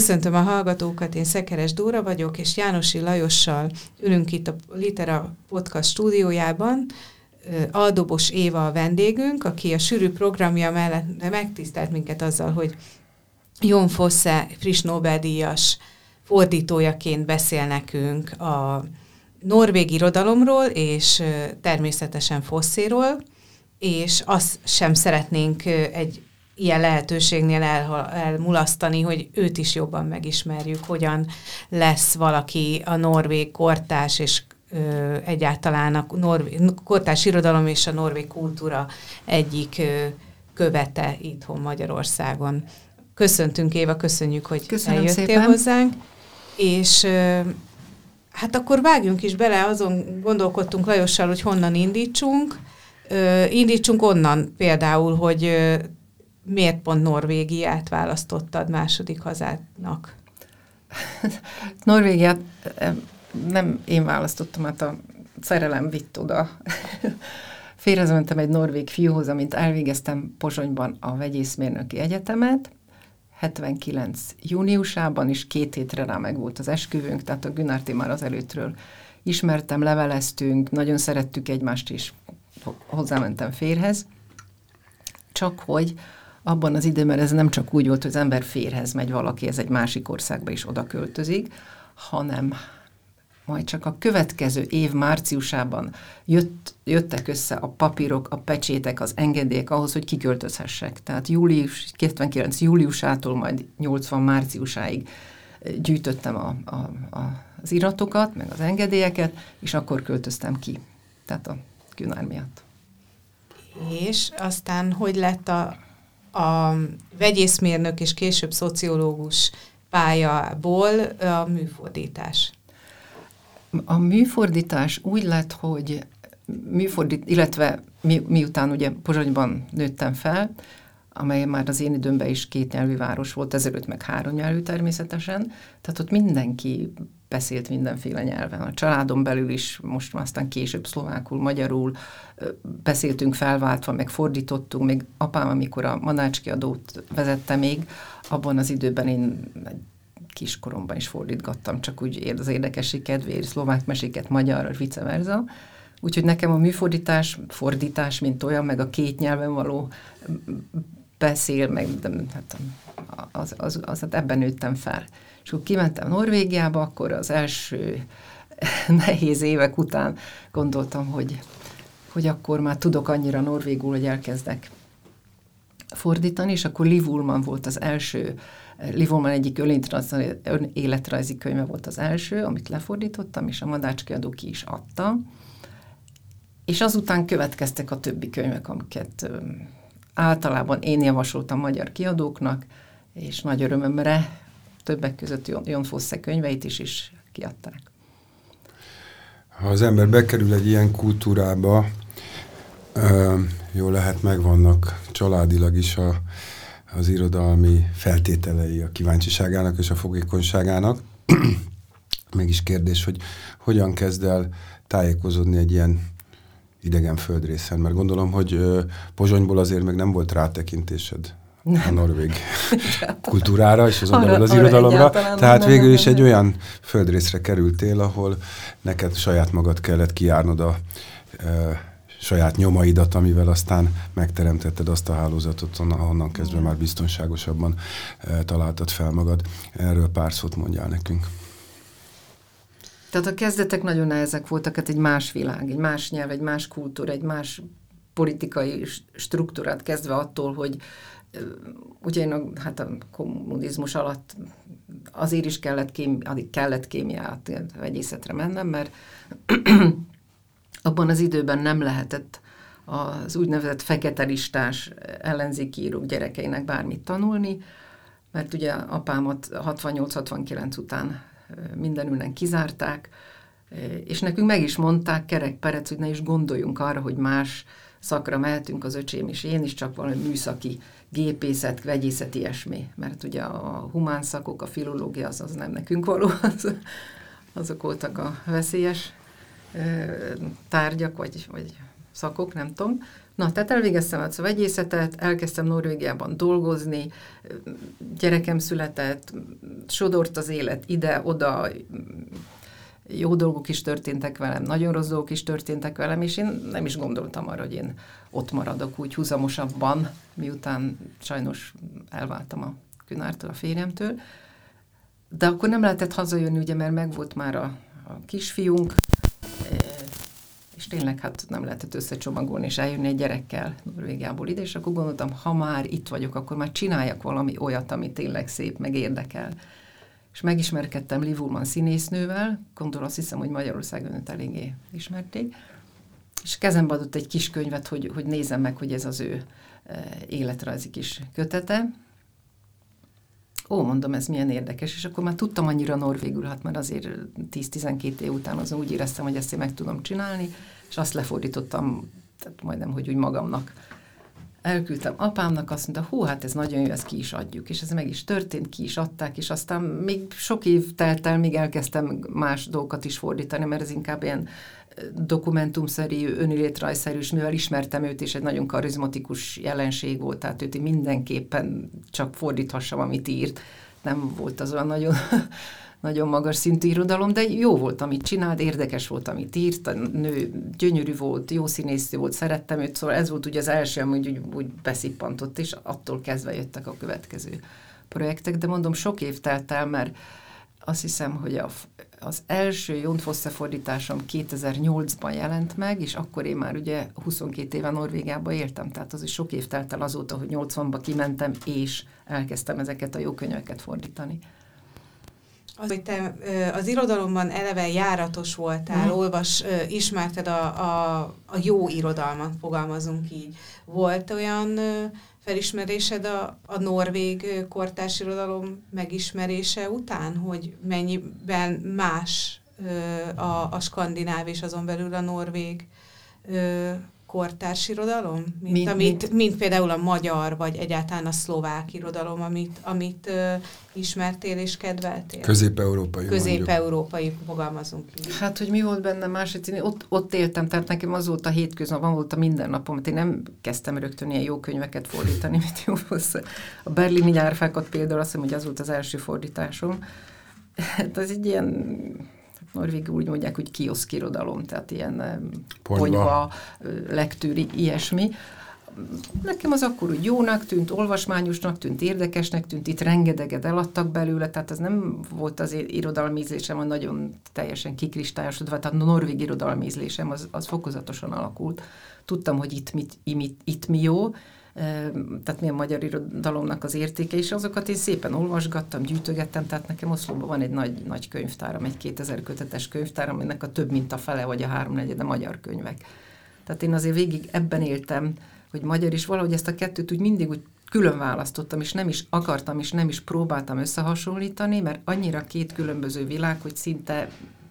Köszöntöm a hallgatókat, én Szekeres Dóra vagyok, és Jánosi Lajossal ülünk itt a Litera Podcast stúdiójában. Aldobos Éva a vendégünk, aki a sűrű programja mellett megtisztelt minket azzal, hogy Jon Fosse friss Nobel-díjas fordítójaként beszél nekünk a norvég irodalomról, és természetesen Fosséról, és azt sem szeretnénk egy ilyen lehetőségnél elmulasztani, hogy őt is jobban megismerjük, hogyan lesz valaki a norvég kortárs és egyáltalán a kortárs irodalom és a norvég kultúra egyik követe itthon Magyarországon. Köszöntünk, Éva, köszönjük, hogy eljöttél szépen hozzánk, és hát akkor vágjunk is bele, azon gondolkodtunk Lajossal, hogy honnan indítsunk. Indítsunk onnan például, hogy miért pont Norvégiát választottad második hazának? Norvégiát nem én választottam, hát a szerelem vitt oda. Férjezmentem egy norvég fiúhoz, amint elvégeztem Pozsonyban a vegyészmérnöki egyetemet, 79. júniusában, és 2 hétre rá meg volt az esküvőnk, tehát a Gunárti már az előttről ismertem, leveleztünk, nagyon szerettük egymást, és hozzámentem férjhez. Csak hogy abban az időben ez nem csak úgy volt, hogy az ember férjhez megy valaki, ez egy másik országba is oda költözik, hanem majd csak a következő év márciusában jöttek össze a papírok, a pecsétek, az engedélyek ahhoz, hogy kiköltözhessek. Tehát 79. júliusától majd 80 márciusáig gyűjtöttem az iratokat, meg az engedélyeket, és akkor költöztem ki. Tehát a Gunár miatt. És aztán hogy lett a vegyészmérnök és később szociológus pályából a műfordítás? A műfordítás úgy lett, hogy illetve miután ugye Pozsonyban nőttem fel, amely már az én időmben is 2 nyelvű város volt, ezelőtt meg 3 nyelvű természetesen, tehát ott mindenki beszélt mindenféle nyelven. A családon belül is, most már aztán később szlovákul, magyarul beszéltünk felváltva, meg fordítottunk, még apám, amikor a Manácski Adót vezette még, abban az időben én kiskoromban is fordítgattam, csak úgy az érdekesség kedvéért, szlovák meséket magyarra, vice versa. Úgyhogy nekem a műfordítás, fordítás, mint olyan, meg a 2 nyelven való beszél, meg hát ebben nőttem fel. És akkor kimentem Norvégiába, akkor az első nehéz évek után gondoltam, hogy akkor már tudok annyira norvégul, hogy elkezdek fordítani, és akkor Liv Ullmann volt az első, Liv Ullmann egyik önéletrajzi könyve volt az első, amit lefordítottam, és a Madácski Adó ki is adta. És azután következtek a többi könyvek, amiket általában én javasoltam magyar kiadóknak, és nagy örömömre többek között Jon Fosse könyveit is kiadták. Ha az ember bekerül egy ilyen kultúrába, jól lehet megvannak családilag is az irodalmi feltételei a kíváncsiságának és a fogékonyságának. Mégis kérdés, hogy hogyan kezd el tájékozódni egy ilyen idegen földrészen, mert gondolom, hogy Pozsonyból azért meg nem volt rátekintésed a norvég kultúrára, és azon belül az irodalomra. Tehát végül is egy olyan földrészre kerültél, ahol neked saját magad kellett kijárnod a saját nyomaidat, amivel aztán megteremtetted azt a hálózatot, ahonnan kezdve már biztonságosabban találtad fel magad. Erről pár szót mondjál nekünk. Tehát a kezdetek nagyon nehezek voltak, hát egy más világ, egy más nyelv, egy más kultúra, egy más politikai struktúrát, kezdve attól, hogy ugye én a kommunizmus alatt azért is kellett kémiát, vegyészetre mennem, mert abban az időben nem lehetett az úgynevezett fekete listás ellenzéki írók gyerekeinek bármit tanulni, mert ugye apámat 68-69 után mindenünnen kizárták, és nekünk meg is mondták, Kerek Perec, hogy ne is gondoljunk arra, hogy más szakra mehetünk, az öcsém és én is, csak valami műszaki gépészet, vegyészet, ilyesmi. Mert ugye a humán szakok, a filológia az nem nekünk való, azok voltak a veszélyes tárgyak, vagy szakok, nem tudom. Na, tehát elvégeztem a vegyészetet, elkezdtem Norvégiában dolgozni, gyerekem született, sodort az élet ide-oda, jó dolgok is történtek velem, nagyon rossz dolgok is történtek velem, és én nem is gondoltam arra, hogy én ott maradok úgy húzamosabban, miután sajnos elváltam a Günártól, a férjemtől. De akkor nem lehetett hazajönni, ugye, mert megvolt már a kisfiunk, és tényleg hát nem lehetett összecsomagolni, és eljönni egy gyerekkel Norvégiából ide, és akkor gondoltam, ha már itt vagyok, akkor már csináljak valami olyat, ami tényleg szép, meg érdekel. És megismerkedtem Liv Ullmann színésznővel, gondolom azt hiszem, hogy Magyarországon őt eléggé ismerték, és kezembe adott egy kis könyvet, hogy nézzem meg, hogy ez az ő életrajzi kis kötete. Ó, mondom, ez milyen érdekes, és akkor már tudtam annyira norvégül, hát már azért 10-12 év után azon úgy éreztem, hogy ezt én meg tudom csinálni, és azt lefordítottam, tehát majdnem, hogy úgy magamnak. Elküldtem apámnak, azt mondta, hú, hát ez nagyon jó, ezt ki is adjuk, és ez meg is történt, ki is adták, és aztán még sok év telt el, még elkezdtem más dolgokat is fordítani, mert ez inkább ilyen dokumentumszerű, önéletrajzszerű, és mivel ismertem őt, és egy nagyon karizmatikus jelenség volt, tehát őt mindenképpen csak fordíthassam, amit írt. Nem volt az olyan nagyon, nagyon magas szintű irodalom, de jó volt, amit csinált, érdekes volt, amit írt, a nő gyönyörű volt, jó színésznő volt, szerettem őt, szóval ez volt ugye az első, ami úgy beszippantott, és attól kezdve jöttek a következő projektek, de mondom, sok év telt el, mert azt hiszem, hogy az első Jon Fosse fordításom 2008-ban jelent meg, és akkor én már ugye 22 éve Norvégiába éltem, tehát az is sok év telt el azóta, hogy 80-ba kimentem, és elkezdtem ezeket a jó könyveket fordítani. Az, hogy te az irodalomban eleve járatos voltál, ismerted a jó irodalmat, fogalmazunk így. Volt olyan felismerésed a norvég kortárs irodalom megismerése után, hogy mennyiben más a skandináv és azon belül a norvég kortárs irodalom? Mint például a magyar, vagy egyáltalán a szlovák irodalom, amit ismertél és kedveltél? Közép-európai. Fogalmazunk így. Hát, hogy mi volt benne másodszínű, ott éltem, tehát nekem az volt a hétköznap, volt a mindennapom, én nem kezdtem rögtön ilyen jó könyveket fordítani, mint jó volt. A berlini nyárfákat például azt hiszem, hogy az volt az első fordításom. Hát az egy ilyen... Norvégul úgy mondják, hogy kioszkirodalom, tehát ilyen ponyva, lektűri, ilyesmi. Nekem az akkor úgy jónak tűnt, olvasmányosnak tűnt, érdekesnek tűnt, itt rengeteget eladtak belőle, tehát az nem volt az irodalmi ízlésem, hogy nagyon teljesen kikristályosodva, tehát a norvég irodalmi ízlésem az fokozatosan alakult. Tudtam, hogy itt mi jó, tehát mi a magyar irodalomnak az értéke, és azokat én szépen olvasgattam, gyűjtögettem, tehát nekem Oszlóban van egy nagy könyvtáram, egy 2000 kötetes könyvtáram, aminek a több mint a fele, vagy a 3/4 magyar könyvek. Tehát én azért végig ebben éltem, hogy magyar is, valahogy ezt a kettőt úgy mindig úgy külön választottam, és nem is akartam, és nem is próbáltam összehasonlítani, mert annyira két különböző világ, hogy szinte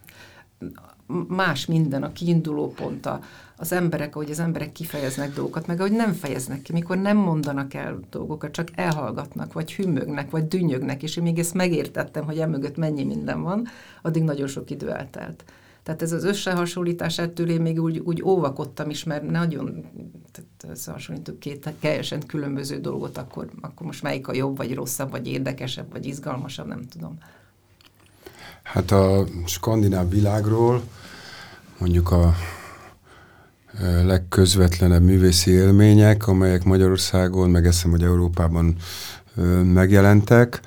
más minden, a kiinduló pont, az emberek, ahogy az emberek kifejeznek dolgokat, meg ahogy nem fejeznek ki, mikor nem mondanak el dolgokat, csak elhallgatnak, vagy hümmögnek, vagy dünnyögnek, és én még ezt megértettem, hogy emögött mennyi minden van, addig nagyon sok idő eltelt. Tehát ez az összehasonlítás, ettől én még úgy óvakodtam is, mert nagyon összehasonlítok két teljesen különböző dolgot, akkor most melyik a jobb, vagy rosszabb, vagy érdekesebb, vagy izgalmasabb, nem tudom. Hát a skandináv világról mondjuk a legközvetlenebb művészi élmények, amelyek Magyarországon, meg eszem, hogy Európában megjelentek.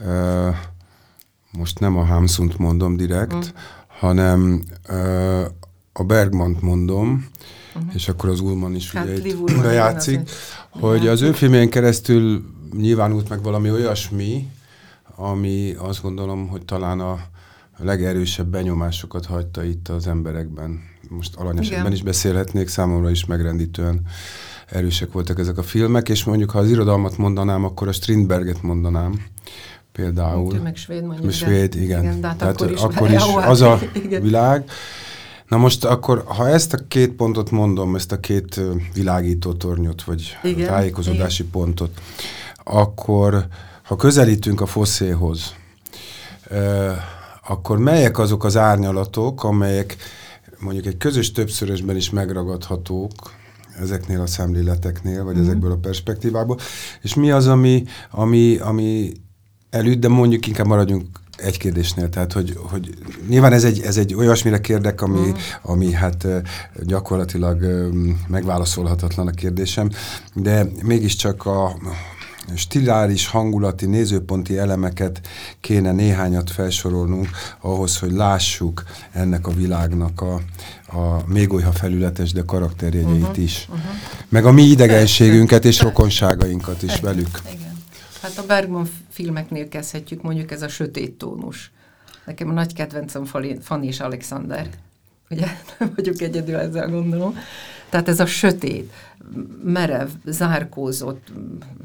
Most nem a Hamsunt mondom direkt, hanem a Bergmant mondom, és akkor az Ullmann is hát ugye itt bejátszik, hogy az ő filmjén keresztül nyilvánult meg valami olyasmi, ami azt gondolom, hogy talán a legerősebb benyomásokat hagyta itt az emberekben. Most alanyesetben is beszélhetnék, számomra is megrendítően erősek voltak ezek a filmek, és mondjuk, ha az irodalmat mondanám, akkor a Strindberget mondanám például. Meg svéd mondjuk. Svéd, igen. Tehát akkor is az a világ. Na most akkor, ha ezt a két pontot mondom, ezt a két világító tornyot, vagy tájékozódási pontot, akkor, ha közelítünk a Fosséhoz, akkor melyek azok az árnyalatok, amelyek mondjuk egy közös többszörösben is megragadhatók ezeknél a szemléleteknél, vagy ezekből a perspektívából, és mi az, ami előtt, de mondjuk inkább maradjunk egy kérdésnél, tehát hogy nyilván ez egy olyasmire kérdek, ami hát gyakorlatilag megválaszolhatatlan a kérdésem, de mégiscsak a stiláris, hangulati, nézőponti elemeket kéne néhányat felsorolnunk ahhoz, hogy lássuk ennek a világnak a még olyan felületes, de karakterjegyeit is. Meg a mi idegenségünket és rokonságainkat is velük. Igen. Hát a Bergman filmeknél kezdhetjük, mondjuk ez a sötét tónus. Nekem a nagy kedvencem Fanny és Alexander. Ugye nem vagyok egyedül, ezzel gondolom. Tehát ez a sötét, merev, zárkózott,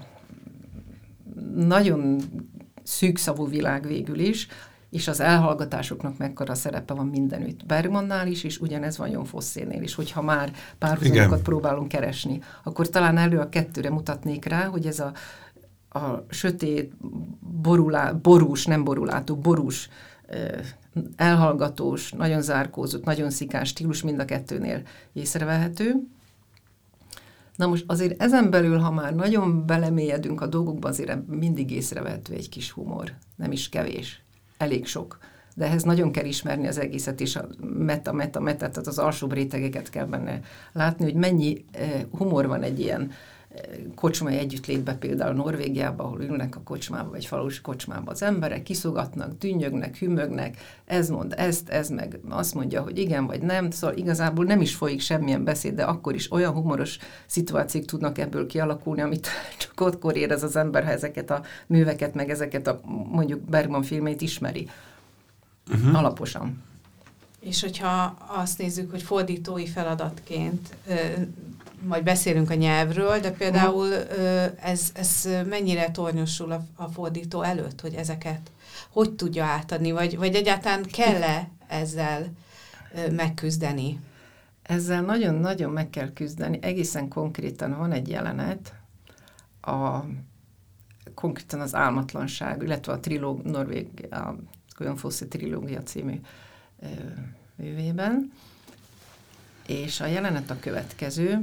nagyon szűkszavú világ végül is, és az elhallgatásoknak mekkora szerepe van mindenütt. Bergmannál is, és ugyanez van Jon Fossénél is, hogyha már párhuzamokat próbálunk keresni. Akkor talán elő a kettőre mutatnék rá, hogy ez a sötét, borús, elhallgatós, nagyon zárkózott, nagyon szikás stílus mind a kettőnél észrevehető. Na most azért ezen belül, ha már nagyon belemélyedünk a dolgokba, azért mindig észrevehető egy kis humor. Nem is kevés. Elég sok. De ehhez nagyon kell ismerni az egészet, és a meta, tehát az alsóbb rétegeket kell benne látni, hogy mennyi humor van egy ilyen kocsmai együttlétben, például Norvégiában, ahol ülnek a kocsmába, vagy falusi kocsmába az emberek, kiszogatnak, dünnyögnek, hümögnek, ez mond ezt, ez meg azt mondja, hogy igen vagy nem, szóval igazából nem is folyik semmilyen beszéd, de akkor is olyan humoros szituációk tudnak ebből kialakulni, amit csak ottkor érez az ember, ha ezeket a műveket, meg ezeket a mondjuk Bergman filmét ismeri. Alaposan. És hogyha azt nézzük, hogy fordítói feladatként majd beszélünk a nyelvről, de például ez mennyire tornyosul a fordító előtt, hogy ezeket hogy tudja átadni, vagy egyáltalán kell-e ezzel megküzdeni? Ezzel nagyon-nagyon meg kell küzdeni. Egészen konkrétan van egy jelenet, konkrétan az Álmatlanság, illetve a Jon Fosse trilógia című művében, és a jelenet a következő.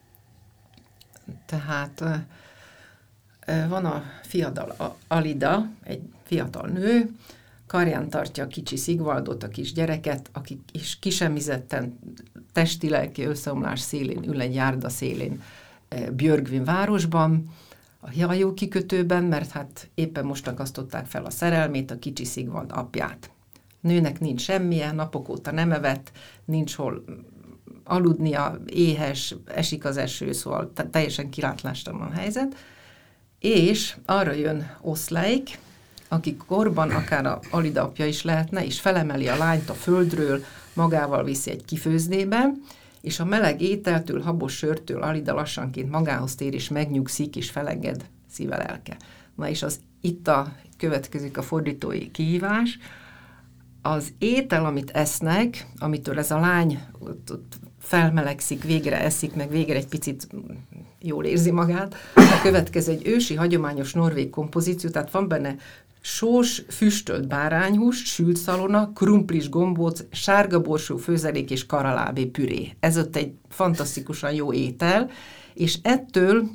Tehát van a fiatal Alida, egy fiatal nő, karján tartja a kicsi Sigvaldot, a kis gyereket, aki is kisemizetten testi-lelki összeomlás szélén ül egy járda szélén Björgvin városban, a hajókikötőben, mert hát éppen most akasztották fel a szerelmét, a kicsi Sigvald apját. Nőnek nincs semmilyen, napok óta nem evett, nincs hol aludnia, éhes, esik az eső, szóval teljesen kilátlástalan a helyzet, és arra jön Oszleik, aki korban akár a Alida apja is lehetne, és felemeli a lányt a földről, magával viszi egy kifőzdébe, és a meleg ételtől, habos sörtől Alida lassanként magához tér, és megnyugszik, és feleged szíve lelke. Na és itt következik a fordítói kihívás, az étel, amit esznek, amitől ez a lány felmelegszik, végre eszik, meg végre egy picit jól érzi magát, a következő egy ősi, hagyományos norvég kompozíció, tehát van benne sós, füstölt bárányhús, sült szalona, krumplis gombóc, sárga borsó főzelék és karalábé püré. Ez ott egy fantasztikusan jó étel, és ettől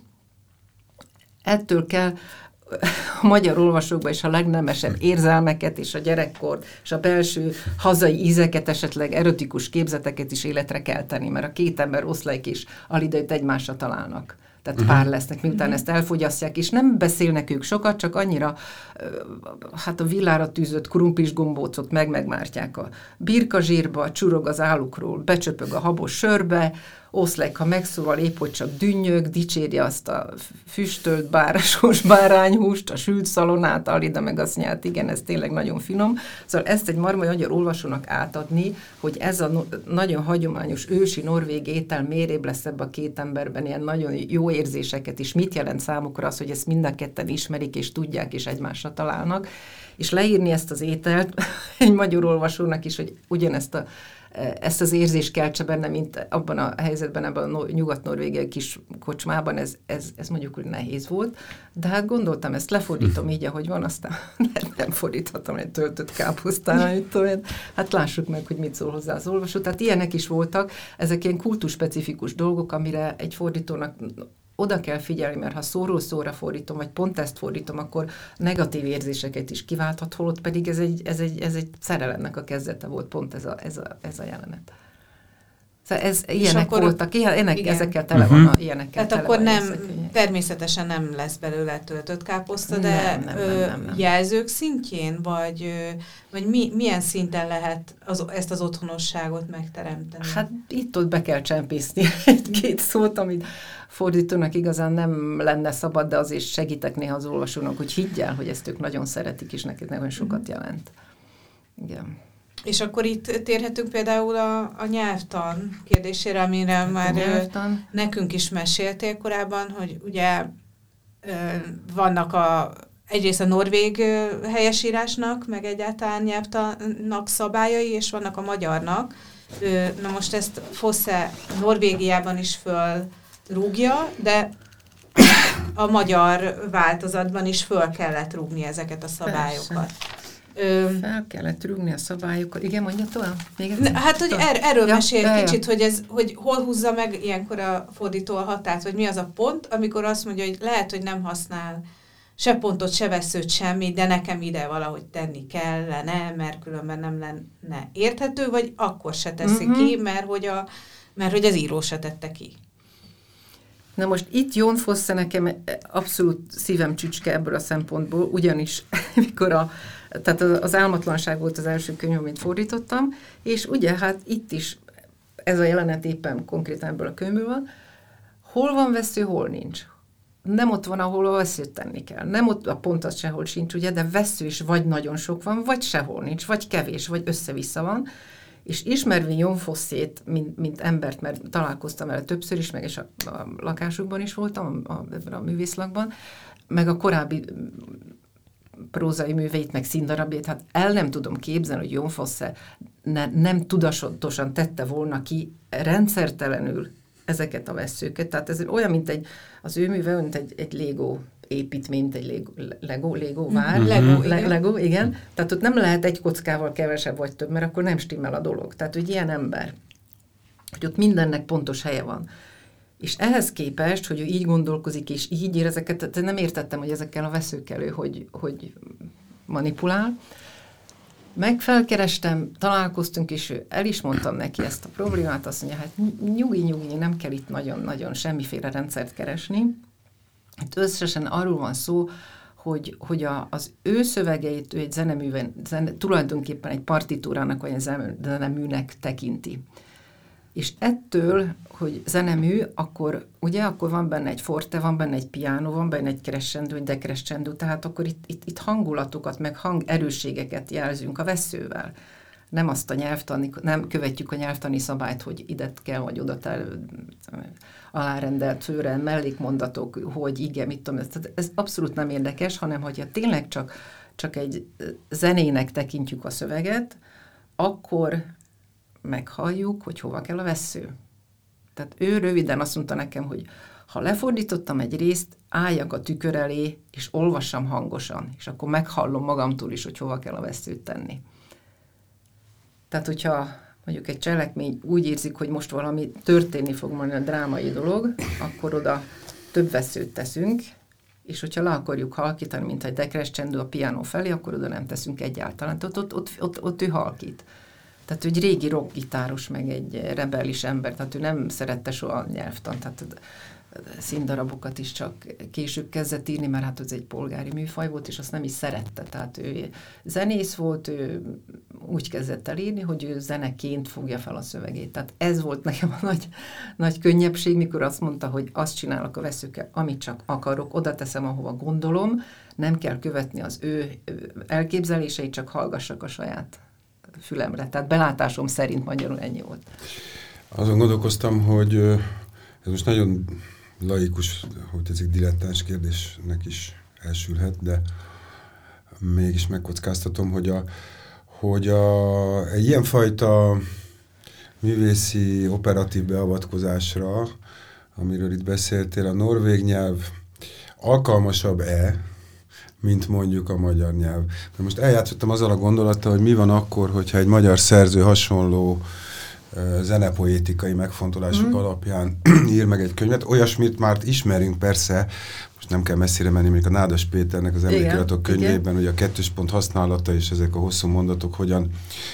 kell a magyar olvasókban is a legnemesebb érzelmeket és a gyerekkort és a belső hazai ízeket, esetleg erotikus képzeteket is életre kell tenni, mert a két ember, Oszleik és Alida egymásra találnak. Tehát pár lesznek, miután ezt elfogyasztják, és nem beszélnek ők sokat, csak annyira hát a villára tűzött krumplis gombócot megmártják a birkazsírba, csurog az állukról, becsöpög a habos sörbe, Oszleik, ha megszólal, épp hogy csak dünnyög, dicséri azt a füstölt sós bárányhúst, a sült szalonát, Alida meg azt nyert, igen, ez tényleg nagyon finom. Szóval ezt egy marmai magyar olvasónak átadni, hogy ez a nagyon hagyományos ősi norvég étel mérébb lesz ebbe a két emberben, ilyen nagyon jó érzéseket is. Mit jelent számukra az, hogy ezt mind a ketten ismerik és tudják és egymásra találnak. És leírni ezt az ételt egy magyar olvasónak is, hogy ugyanezt ezt az érzést keltse benne, mint abban a helyzetben, ebben a nyugat-norvégiai kis kocsmában, ez mondjuk úgy nehéz volt, de hát gondoltam, ezt lefordítom így, ahogy van, aztán nem fordíthatom egy töltött káposztán, hát lássuk meg, hogy mit szól hozzá az olvasó. Tehát ilyenek is voltak, ezek ilyen kultusspecifikus dolgok, amire egy fordítónak oda kell figyelni, mert ha szóról szóra fordítom, vagy pont ezt fordítom, akkor negatív érzéseket is kiválthat, holott pedig ez egy szerelemnek a kezdete volt, pont ez a jelenet. Szóval ilyenek voltak, ezekkel tele van, ilyenekkel tehát tele akkor van. Nem, természetesen nem lesz belőle töltött káposzta, de nem. Jelzők szintjén, vagy milyen szinten lehet ezt az otthonosságot megteremteni? Hát itt-ott be kell csempészni egy-két szót, amit fordítónak igazán nem lenne szabad, de azért segítek néha az olvasónak, hogy higgyel, hogy ezt ők nagyon szeretik, és nekik nagyon sokat jelent. Igen. És akkor itt térhetünk például a nyelvtan kérdésére, amire már nekünk is meséltél korábban, hogy ugye vannak egyrészt a norvég helyesírásnak, meg egyáltalán nyelvtannak szabályai, és vannak a magyarnak. Na most ezt Fosse Norvégiában is fölrúgja, de a magyar változatban is föl kellett rúgni ezeket a szabályokat. Persze. Fel kellett rúgni a szabályokat. Igen, mondja tovább? Hát, hogy erről mesél kicsit, hogy hol húzza meg ilyenkor a fordító a határt, vagy mi az a pont, amikor azt mondja, hogy lehet, hogy nem használ se pontot, se veszőt, semmi, de nekem ide valahogy tenni kellene, mert különben nem lenne érthető, vagy akkor se teszi ki, mert hogy az író se tette ki. Na most itt Jon Fosse nekem abszolút szívem csücske ebből a szempontból, ugyanis mikor tehát az Álmatlanság volt az első könyv, amit fordítottam, és ugye hát itt is ez a jelenet éppen konkrétan ebből a könyvből van, hol van vesző, hol nincs. Nem ott van, ahol a veszőt tenni kell. Nem ott, a pont az sehol sincs, ugye, de vesző is vagy nagyon sok van, vagy sehol nincs, vagy kevés, vagy össze-vissza van. És ismerve Jon Fossét, mint embert, mert találkoztam vele többször is, meg és a lakásukban is voltam, ebben a művészlakban, meg a korábbi prózai műveit, meg színdarabjait, hát el nem tudom képzelni, hogy Jon Fosse nem tudatosan tette volna ki rendszertelenül ezeket a vesszőket. Tehát ez olyan, mint az ő műve, mint egy Lego építmény, mint egy Lego vár. Lego, igen. Tehát ott nem lehet egy kockával kevesebb vagy több, mert akkor nem stimmel a dolog. Tehát, hogy ilyen ember, hogy ott mindennek pontos helye van. És ehhez képest, hogy ő így gondolkozik, és így ír ezeket, nem értettem, hogy ezekkel a veszőkkel ő hogy manipulál. Meg felkerestem, találkoztunk, és el is mondtam neki ezt a problémát, azt mondja, hát nyugi, nem kell itt nagyon-nagyon semmiféle rendszert keresni. Itt összesen arról van szó, hogy az ő szövegeit ő egy zeneműven, tulajdonképpen egy partitúrának vagy egy zeneműnek tekinti. És ettől, hogy zenemű, akkor van benne egy forte, van benne egy piano, van benne egy crescendo, egy decrescendo, tehát akkor itt hangulatokat, meg hangerősségeket jelzünk a veszővel. Nem azt a nyelvtani, nem követjük a nyelvtani szabályt, hogy ide kell, vagy oda alárendelt főre, mellékmondatok, hogy igen, mit tudom, ez abszolút nem érdekes, hanem hogyha tényleg csak egy zenének tekintjük a szöveget, akkor meghalljuk, hogy hova kell a vessző. Tehát ő röviden azt mondta nekem, hogy ha lefordítottam egy részt, álljak a tükör elé, és olvassam hangosan, és akkor meghallom magamtól is, hogy hova kell a vesszőt tenni. Tehát, hogyha mondjuk egy cselekmény úgy érzik, hogy most valami történni fog, majd a drámai dolog, akkor oda több vesszőt teszünk, és hogyha le akarjuk halkítani, mint egy decrescendo a piano felé, akkor oda nem teszünk egyáltalán. Ott ő halkít. Tehát egy régi rockgitáros, meg egy rebellis ember, tehát ő nem szerette soha a nyelvtant, tehát színdarabokat is csak később kezdett írni, mert hát ez egy polgári műfaj volt, és azt nem is szerette. Tehát ő zenész volt, ő úgy kezdett el írni, hogy ő zeneként fogja fel a szövegét. Tehát ez volt nekem a nagy könnyebbség, mikor azt mondta, hogy azt csinálok a veszőkkel, amit csak akarok, oda teszem, ahova gondolom, nem kell követni az ő elképzeléseit, csak hallgassak a saját fülemre. Tehát belátásom szerint magyarul ennyi volt. Azon gondolkoztam, hogy ez most nagyon laikus, hogy tetszik, dilettáns kérdésnek is elsülhet, de mégis megkockáztatom, hogy egy ilyenfajta művészi, operatív beavatkozásra, amiről itt beszéltél, a norvég nyelv alkalmasabb-e, mint mondjuk a magyar nyelv. De most eljátszottam azzal a gondolattal, hogy mi van akkor, hogyha egy magyar szerző hasonló zenepoétikai megfontolások alapján ír meg egy könyvet. Olyasmit már ismerünk persze, most nem kell messzire menni, mondjuk a Nádas Péternek az Emlékiratok könyvében, hogy a kettős pont használata és ezek a hosszú mondatok hogyan,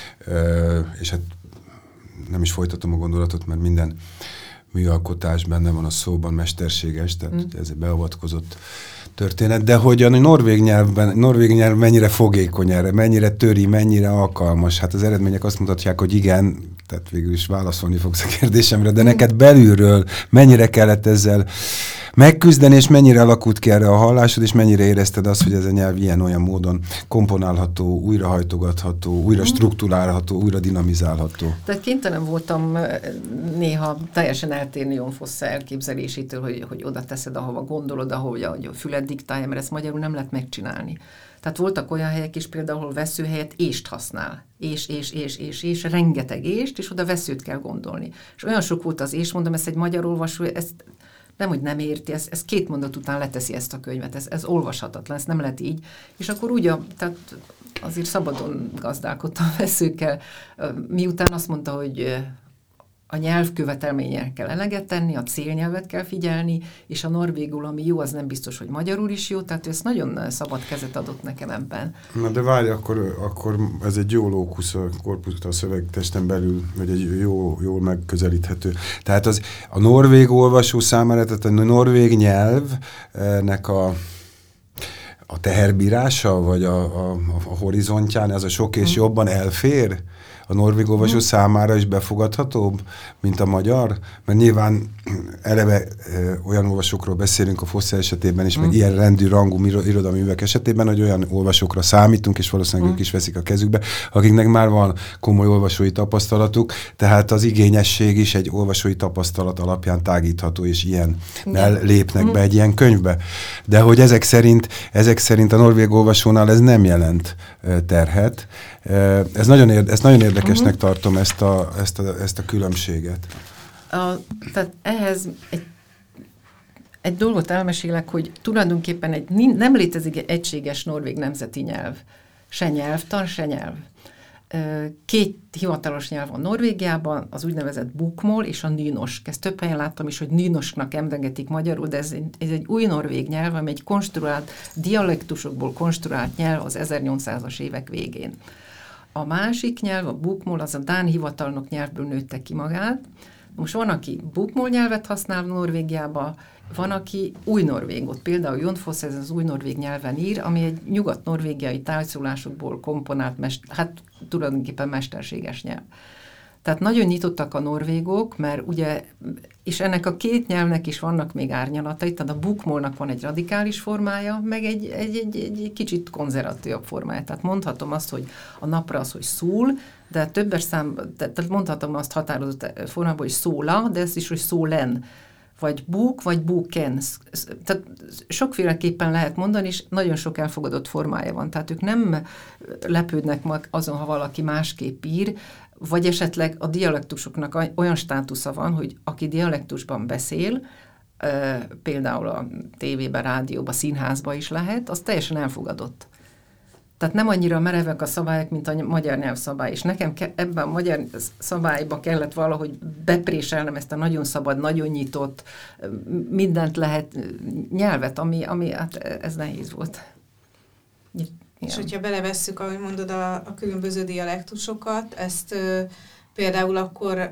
és hát nem is folytatom a gondolatot, mert minden műalkotás benne van a szóban mesterséges, tehát ez egy beavatkozott történet, de hogy a norvég nyelv mennyire fogékony erre, mennyire töri, mennyire alkalmas. Hát az eredmények azt mutatják, hogy igen, tehát végül is válaszolni fogsz a kérdésemre, de neked belülről mennyire kellett ezzel megküzdeni, és mennyire alakult ki erre a hallásod, és mennyire érezted azt, hogy ez a nyelv ilyen-olyan módon komponálható, újrahajtogatható, újra strukturálható, újra dinamizálható. Tehát kénytelen voltam néha teljesen eltérni Jon Fosse elképzelésétől, hogy oda teszed, ahova gondolod, ahogy a füled diktálja, mert ezt magyarul nem lehet megcsinálni. Tehát voltak olyan helyek is például, ahol vesző helyett ést használ. És, rengeteg ést, és oda veszőt kell gondolni. És olyan sok volt az és, mondom, ezt egy magyar olvasó, ezt nem, hogy nem érti, ez 2 mondat után leteszi ezt a könyvet, ez olvashatatlan, ez nem lehet így. És akkor úgy, tehát azért szabadon gazdálkodtam veszőkkel, miután azt mondta, hogy a nyelvkövetelményen kell eleget tenni, a célnyelvet kell figyelni, és a norvégul, ami jó, az nem biztos, hogy magyarul is jó, tehát ez nagyon szabad kezet adott nekem ebben. Na de várj, akkor ez egy jó lókusz a korpus, a szövegtesten belül, vagy egy jól megközelíthető. Tehát a norvég olvasó számára, tehát a norvég nyelvnek a teherbírása, vagy a horizontján ez a sok és jobban elfér? A norvég olvasó számára is befogadhatóbb, mint a magyar? Mert nyilván eleve olyan olvasókról beszélünk a Fosse esetében is, meg ilyen rendű, rangú irodalmi művek esetében, hogy olyan olvasókra számítunk, és valószínűleg ők is veszik a kezükbe, akiknek már van komoly olvasói tapasztalatuk, tehát az igényesség is egy olvasói tapasztalat alapján tágítható, és ilyennel lépnek be egy ilyen könyvbe. De hogy ezek szerint a norvég olvasónál ez nem jelent terhet. Ezt nagyon érdekesnek tartom, ezt a különbséget. Tehát ehhez egy dolgot elmesélek, hogy tulajdonképpen nem létezik egy egységes norvég nemzeti nyelv. Se nyelvtan, se nyelv. 2 hivatalos nyelv van Norvégiában, az úgynevezett bukmol és a nynorsk. Ezt több helyen láttam is, hogy nynorsknak emlegetik magyarul, de ez egy új norvég nyelv, ami egy konstruált, dialektusokból konstruált nyelv az 1800-as évek végén. A másik nyelv, a bukmol, az a dán hivatalnok nyelvből nőtte ki magát. Most van, aki bukmol nyelvet használ Norvégiában, van, aki új norvégot. Például Jon Fosse ez az új norvég nyelven ír, ami egy nyugat-norvégiai tájszólásokból komponált, tulajdonképpen mesterséges nyelv. Tehát nagyon nyitottak a norvégok, mert ugye, és ennek a 2 nyelvnek is vannak még árnyalatai, tehát a bukmolnak van egy radikális formája, meg egy kicsit konzervatívabb formája. Tehát mondhatom azt, hogy a napra az, hogy szól, de tehát mondhatom azt határozott formában, hogy szóla, de ezt is, hogy szólen, vagy búk, vagy búken. Tehát sokféleképpen lehet mondani, és nagyon sok elfogadott formája van. Tehát ők nem lepődnek meg azon, ha valaki másképp ír, vagy esetleg a dialektusoknak olyan státusza van, hogy aki dialektusban beszél, például a tévében, rádióban, színházban is lehet, az teljesen elfogadott. Tehát nem annyira merevek a szabályok, mint a magyar nyelvszabály. És nekem ebben a magyar szabályba kellett valahogy bepréselnem ezt a nagyon szabad, nagyon nyitott, mindent lehet nyelvet, ami hát ez nehéz volt. Igen. És hogyha belevesszük, ahogy mondod, a különböző dialektusokat, ezt például akkor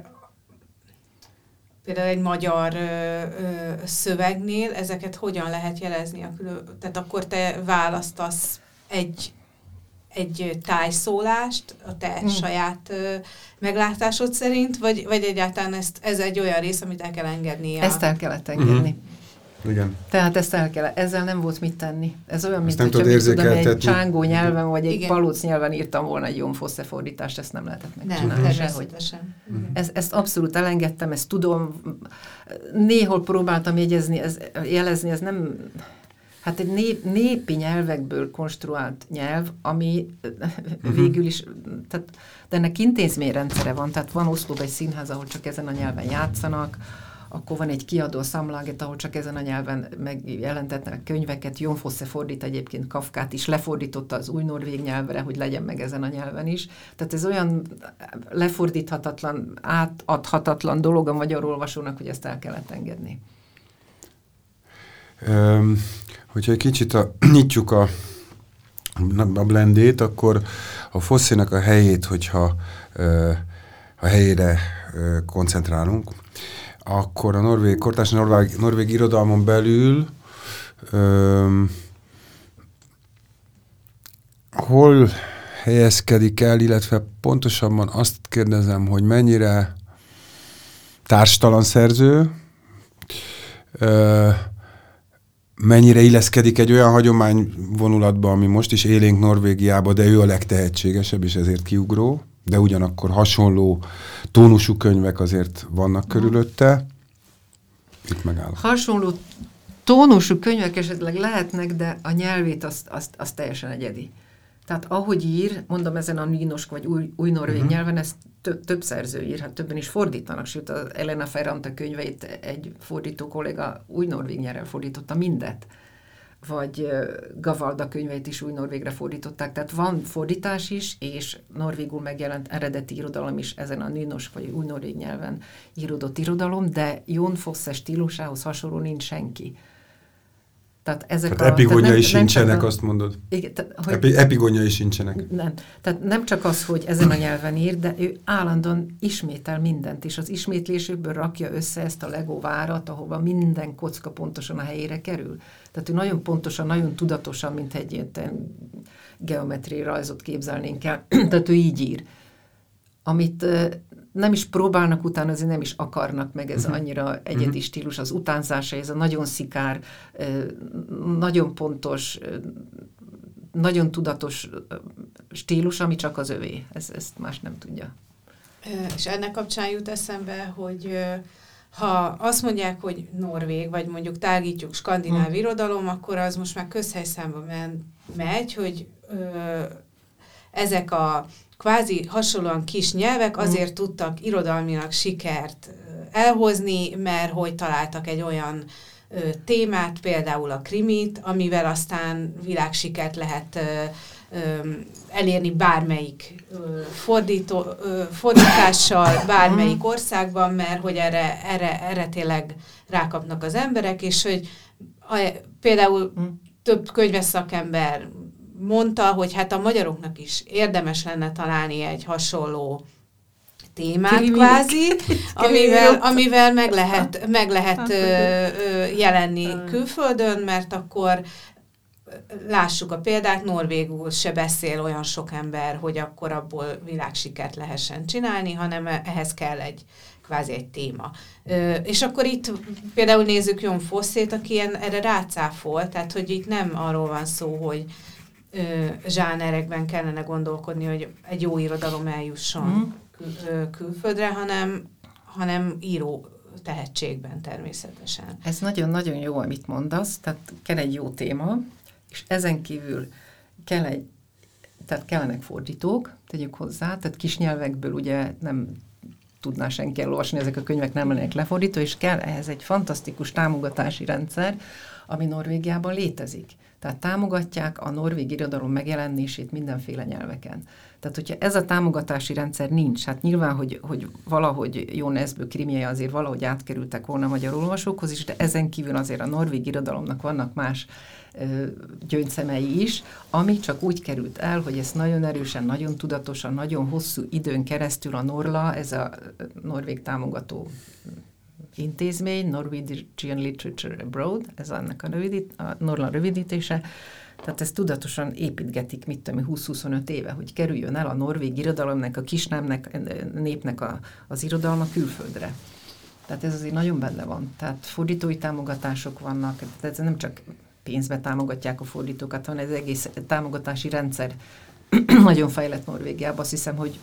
egy magyar szövegnél ezeket hogyan lehet jelezni? Tehát akkor te választasz egy tájszólást a te saját meglátásod szerint, vagy egyáltalán ez egy olyan rész, amit el kell engedni? Ezt el kellett engedni. Igen. Tehát ezzel nem volt mit tenni. Ez olyan, mint hogyha egy csángó nyelven, vagy egy palóc nyelven írtam volna egy Jon Fosse fordítást, ezt nem lehetett megcsinálni. Nem, természetesen. Ezt abszolút elengedtem, ezt tudom. Néhol próbáltam jelezni, ez nem... Hát egy népi nyelvekből konstruált nyelv, ami végül is, tehát, de ennek intézményrendszere van, tehát van Oszlóban egy színház, ahol csak ezen a nyelven játszanak, akkor van egy kiadó, a Samlaget, ahol csak ezen a nyelven megjelentetnek könyveket. Jon Fosse fordít egyébként Kafkát is, lefordította az új norvég nyelvre, hogy legyen meg ezen a nyelven is. Tehát ez olyan lefordíthatatlan, átadhatatlan dolog a magyar olvasónak, hogy ezt el kellett engedni. Hogyha egy kicsit nyitjuk a blendét, akkor a Fosse-nak a helyét, hogyha a helyére koncentrálunk, akkor a kortárs norvég irodalmon belül hol helyezkedik el, illetve pontosabban azt kérdezem, hogy mennyire társtalan szerző, mennyire illeszkedik egy olyan hagyományvonulatba, ami most is élénk Norvégiában, de ő a legtehetségesebb, és ezért kiugró, de ugyanakkor hasonló tónusú könyvek azért vannak körülötte. Itt megállok. Hasonló tónusú könyvek esetleg lehetnek, de a nyelvét az teljesen egyedi. Tehát ahogy ír, mondom ezen a nyínosk vagy új norvég nyelven, ezt több szerző ír, hát többen is fordítanak, sőt az Elena Ferrante könyveit egy fordító kolléga új norvég nyelven fordította mindet. Vagy Gavalda könyveit is új norvégre fordították, tehát van fordítás is, és norvégul megjelent eredeti irodalom is ezen a nyínosk vagy új norvég nyelven íródott irodalom, de Jon Fosse stílusához hasonló nincs senki. Tehát ezek epigóniai sincsenek, azt mondod? Igen, epigóniai sincsenek. Nem. Tehát nem csak az, hogy ezen a nyelven ír, de ő állandóan ismétel mindent, és az ismétlésükből rakja össze ezt a Lego várat, ahova minden kocka pontosan a helyére kerül. Tehát ő nagyon pontosan, nagyon tudatosan, mint egy ilyen geometriai rajzot képzelnénk el. Tehát ő így ír. Amit nem is próbálnak utána, azért nem is akarnak meg, ez annyira egyedi stílus, az utánzása, ez a nagyon szikár, nagyon pontos, nagyon tudatos stílus, ami csak az övé. Ezt más nem tudja. És ennek kapcsán jut eszembe, hogy ha azt mondják, hogy norvég, vagy mondjuk tágítjuk skandináv irodalom, akkor az most már közhelyszámba megy, hogy ezek a kvázi hasonlóan kis nyelvek azért tudtak irodalmilag sikert elhozni, mert hogy találtak egy olyan témát, például a krimit, amivel aztán világsikert lehet elérni bármelyik fordítással, bármelyik országban, mert hogy erre tényleg rákapnak az emberek, és hogy például több könyves szakember mondta, hogy hát a magyaroknak is érdemes lenne találni egy hasonló témát kvázi, amivel meg lehet jelenni külföldön, mert akkor lássuk a példát, norvégul se beszél olyan sok ember, hogy akkor abból világsikert lehessen csinálni, hanem ehhez kell kvázi egy téma. És akkor itt például nézzük Jon Fossét, aki erre rácáfol, tehát hogy itt nem arról van szó, hogy zsánerekben kellene gondolkodni, hogy egy jó irodalom eljusson külföldre, hanem író tehetségben természetesen. Ez nagyon-nagyon jó, amit mondasz, tehát kell egy jó téma, és ezen kívül tehát kellenek fordítók, tegyük hozzá, tehát kis nyelvekből ugye nem tudná senki elolvasni, ezek a könyvek nem lennének lefordító, és kell ehhez egy fantasztikus támogatási rendszer, ami Norvégiában létezik. Tehát támogatják a norvég irodalom megjelenését mindenféle nyelveken. Tehát, hogyha ez a támogatási rendszer nincs, hát nyilván, hogy valahogy Jó Nesbø krimjei azért valahogy átkerültek volna a magyar olvasókhoz is, de ezen kívül azért a norvég irodalomnak vannak más gyöngyszemei is, ami csak úgy került el, hogy ezt nagyon erősen, nagyon tudatosan, nagyon hosszú időn keresztül a Norla, ez a norvég támogató intézmény, Norwegian Literature Abroad, ez annak a Norla rövidítése, tehát ezt tudatosan építgetik, 20-25 éve, hogy kerüljön el a norvég irodalomnak, a kisnemnek, népnek az irodalma külföldre. Tehát ez azért nagyon benne van. Tehát fordítói támogatások vannak, tehát ez nem csak pénzbe támogatják a fordítókat, hanem ez egész támogatási rendszer nagyon fejlett Norvégiában, azt hiszem, hogy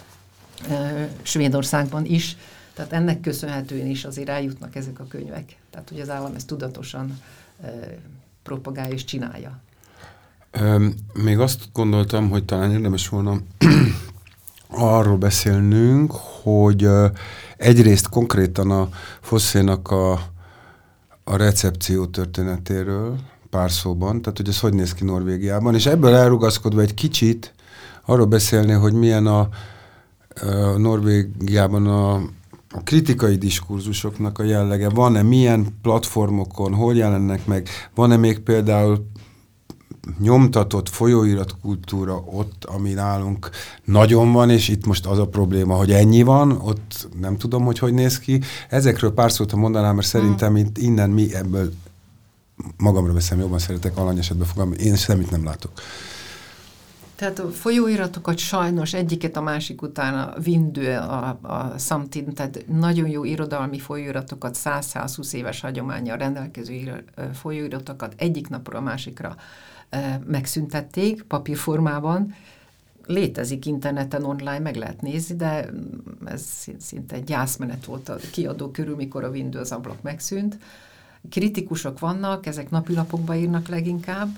Svédországban is, tehát ennek köszönhetően is azért eljutnak ezek a könyvek. Tehát, hogy az állam ezt tudatosan propagálja és csinálja. Még azt gondoltam, hogy talán érdemes volna arról beszélnünk, hogy egyrészt konkrétan a Fossé-nak a recepció történetéről pár szóban, tehát hogy ez hogy néz ki Norvégiában, és ebből elrugaszkodva egy kicsit arról beszélni, hogy milyen a Norvégiában a kritikai diskurzusoknak a jellege. Van-e, milyen platformokon, hol jelennek meg, van-e még például nyomtatott folyóiratkultúra ott, ami nálunk nagyon van, és itt most az a probléma, hogy ennyi van, ott nem tudom, hogy néz ki. Ezekről pár szót mondanám, mert szerintem innen mi ebből magamra veszem, jobban szeretek alanyesetbe fogalmazni, én semmit nem látok. Tehát a folyóiratokat sajnos egyiket a másik után a Vindő, a Samtid, tehát nagyon jó irodalmi folyóiratokat, 100-120 éves hagyománnyal rendelkező folyóiratokat egyik napra a másikra megszüntették papírformában. Létezik interneten, online, meg lehet nézni, de ez szinte egy gyászmenet volt a kiadó körül, mikor a Vindő az ablak megszűnt. Kritikusok vannak, ezek napilapokba írnak leginkább,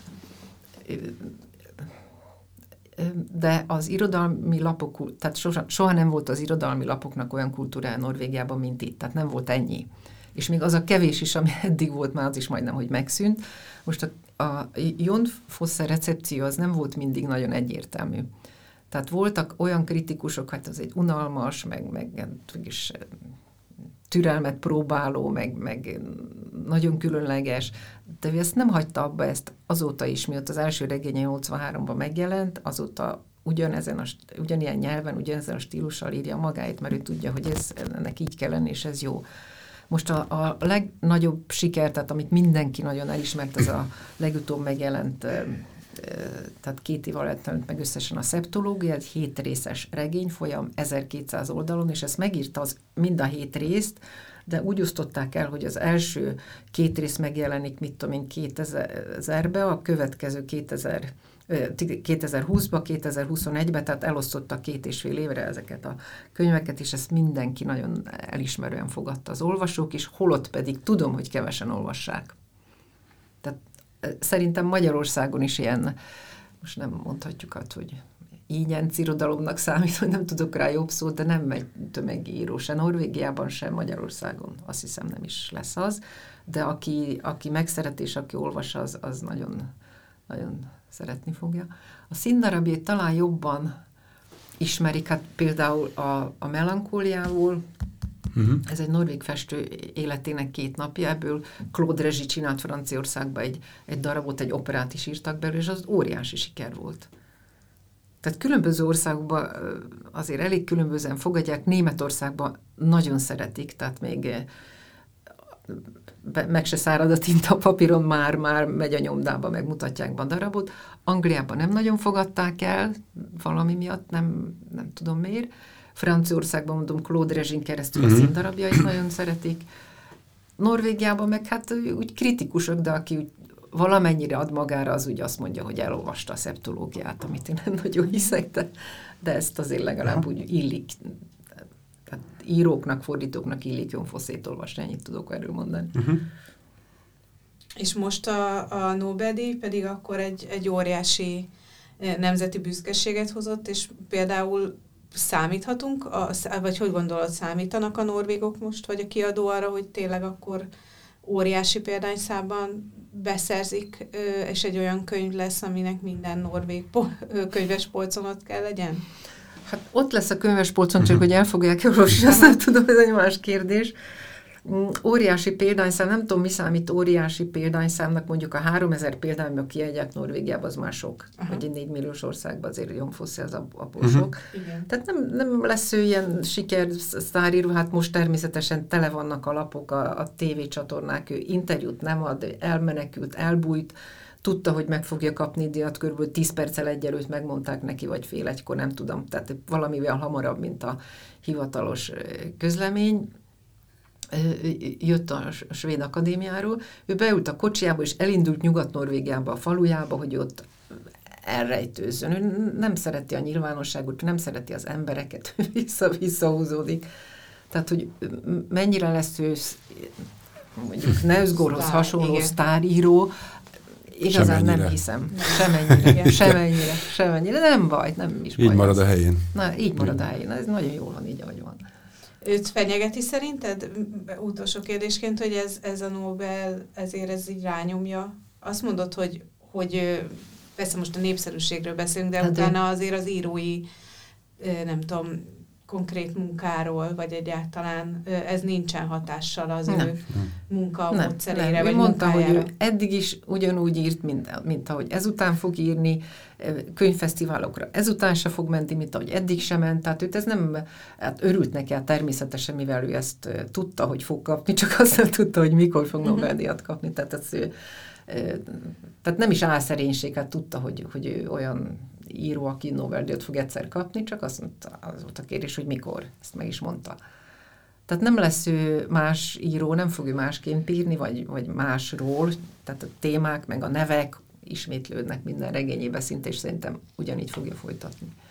de az irodalmi lapok, tehát soha nem volt az irodalmi lapoknak olyan kultúrája Norvégiában, mint itt, tehát nem volt ennyi. És még az a kevés is, ami eddig volt, már az is majdnem, hogy megszűnt. Most a Jon Fosse recepció az nem volt mindig nagyon egyértelmű. Tehát voltak olyan kritikusok, hát az egy unalmas, meg türelmet próbáló, meg nagyon különleges, de ő ezt nem hagyta abba, ezt azóta is, miatt az első regénye 83-ban megjelent, azóta ugyanilyen nyelven, ugyanezen a stílussal írja magáit, mert ő tudja, hogy ennek így kell lenni, és ez jó. Most a legnagyobb siker, tehát amit mindenki nagyon elismert, az a legutóbb megjelent, tehát 2 év alatt jelent meg összesen a Szeptológia, egy 7 részes regényfolyam, 1200 oldalon, és ezt megírta mind a 7 részt, de úgy osztották el, hogy az első 2 rész megjelenik, 2000-be, a következő 2020-ba, 2021-be, tehát elosztottak 2,5 évre ezeket a könyveket, és ezt mindenki nagyon elismerően fogadta, az olvasók is, holott pedig tudom, hogy kevesen olvassák. Tehát szerintem Magyarországon is ilyen, most nem mondhatjuk hogy ígyenc irodalomnak számít, hogy nem tudok rá jobb szót, de nem megy tömegíró, se Norvégiában, se Magyarországon. Azt hiszem, nem is lesz az, de aki megszeret és aki olvas, az nagyon, nagyon szeretni fogja. A színdarabjait talán jobban ismerik, hát például a Melankóliából, ez egy norvég festő életének 2 napja, ebből Claude Regis csinált Franciaországban egy darabot, egy operát is írtak belőle, és az óriási siker volt. Tehát különböző országokban azért elég különbözően fogadják, Németországban nagyon szeretik, tehát még meg se szárad a tinta a papíron, már megy a nyomdába, megmutatják a darabot. Angliában nem nagyon fogadták el, valami miatt, nem tudom miért. Franciaországban, mondom, Claude Regin keresztül a színdarabjait nagyon szeretik. Norvégiában meg hát úgy kritikusok, de aki úgy valamennyire ad magára, az úgy azt mondja, hogy elolvasta a Szeptológiát, amit én nem nagyon hiszek, de ezt azért legalább úgy illik. Tehát íróknak, fordítóknak illik Jon Fossét olvasni, ennyit tudok erről mondani. És most a Nobel-díj pedig akkor egy óriási nemzeti büszkeséget hozott, és például számíthatunk, vagy hogy gondolod, számítanak a norvégok most, vagy a kiadó arra, hogy tényleg akkor óriási példányszámban beszerzik, és egy olyan könyv lesz, aminek minden norvég könyvespolcon ott kell legyen? Hát ott lesz a könyvespolcon, csak hogy el fogják olvasni, azt nem tudom, ez egy más kérdés. Óriási példányszám, nem tudom, mi számít óriási példányszámnak, mondjuk a 3000 példányban kiadják Norvégiában, az már sok, hogy egy 4 milliós országban azért Jon Fosse az abból sok. Tehát nem lesz ő ilyen sikersztáríró, hát most természetesen tele vannak a lapok, a tévécsatornák, ő interjút nem ad, elmenekült, elbújt, tudta, hogy meg fogja kapni díjat, kb. 10 perccel egyelőtt megmondták neki, vagy fél egykor, nem tudom, tehát valamivel hamarabb, mint a hivatalos közlemény. Jött a Svéd Akadémiáról, ő beült a kocsiába, és elindult Nyugat-Norvégiába, a falujába, hogy ott elrejtőzzön. Ő nem szereti a nyilvánosságot, nem szereti az embereket, visszahúzódik. Tehát, hogy mennyire lesz ő mondjuk Knausgårdhoz hasonló sztáríró, Igazán nem hiszem. Semennyire. Nem baj, nem is baj. Így marad a helyén. Na, így marad a helyén. Ez nagyon jól van így, ahogy van. Őt fenyegeti szerinted, utolsó kérdésként, hogy ez a Nobel, ezért ez így rányomja? Azt mondod, hogy persze most a népszerűségről beszélünk, de utána azért az írói, nem tudom, konkrét munkáról, vagy egyáltalán ez nincsen hatással az ő munkamódszerére, vagy mondta, munkájára. hogy ő eddig is ugyanúgy írt, mint ahogy ezután fog írni, könyvfesztiválokra ezután se fog menni, mint ahogy eddig sem ment, tehát őt ez nem, hát örült neki természetesen, mivel ő ezt tudta, hogy fog kapni, csak azt nem tudta, hogy mikor fog Nobel-díjat kapni, tehát nem is álszerénység, hát tudta, hogy ő olyan író, aki Nobel-díjat fog egyszer kapni, csak az volt a kérdés, hogy mikor, ezt meg is mondta. Tehát nem lesz ő más író, nem fog ő másként írni, vagy másról, tehát a témák, meg a nevek ismétlődnek minden regényébe szinte, és szerintem ugyanígy fogja folytatni.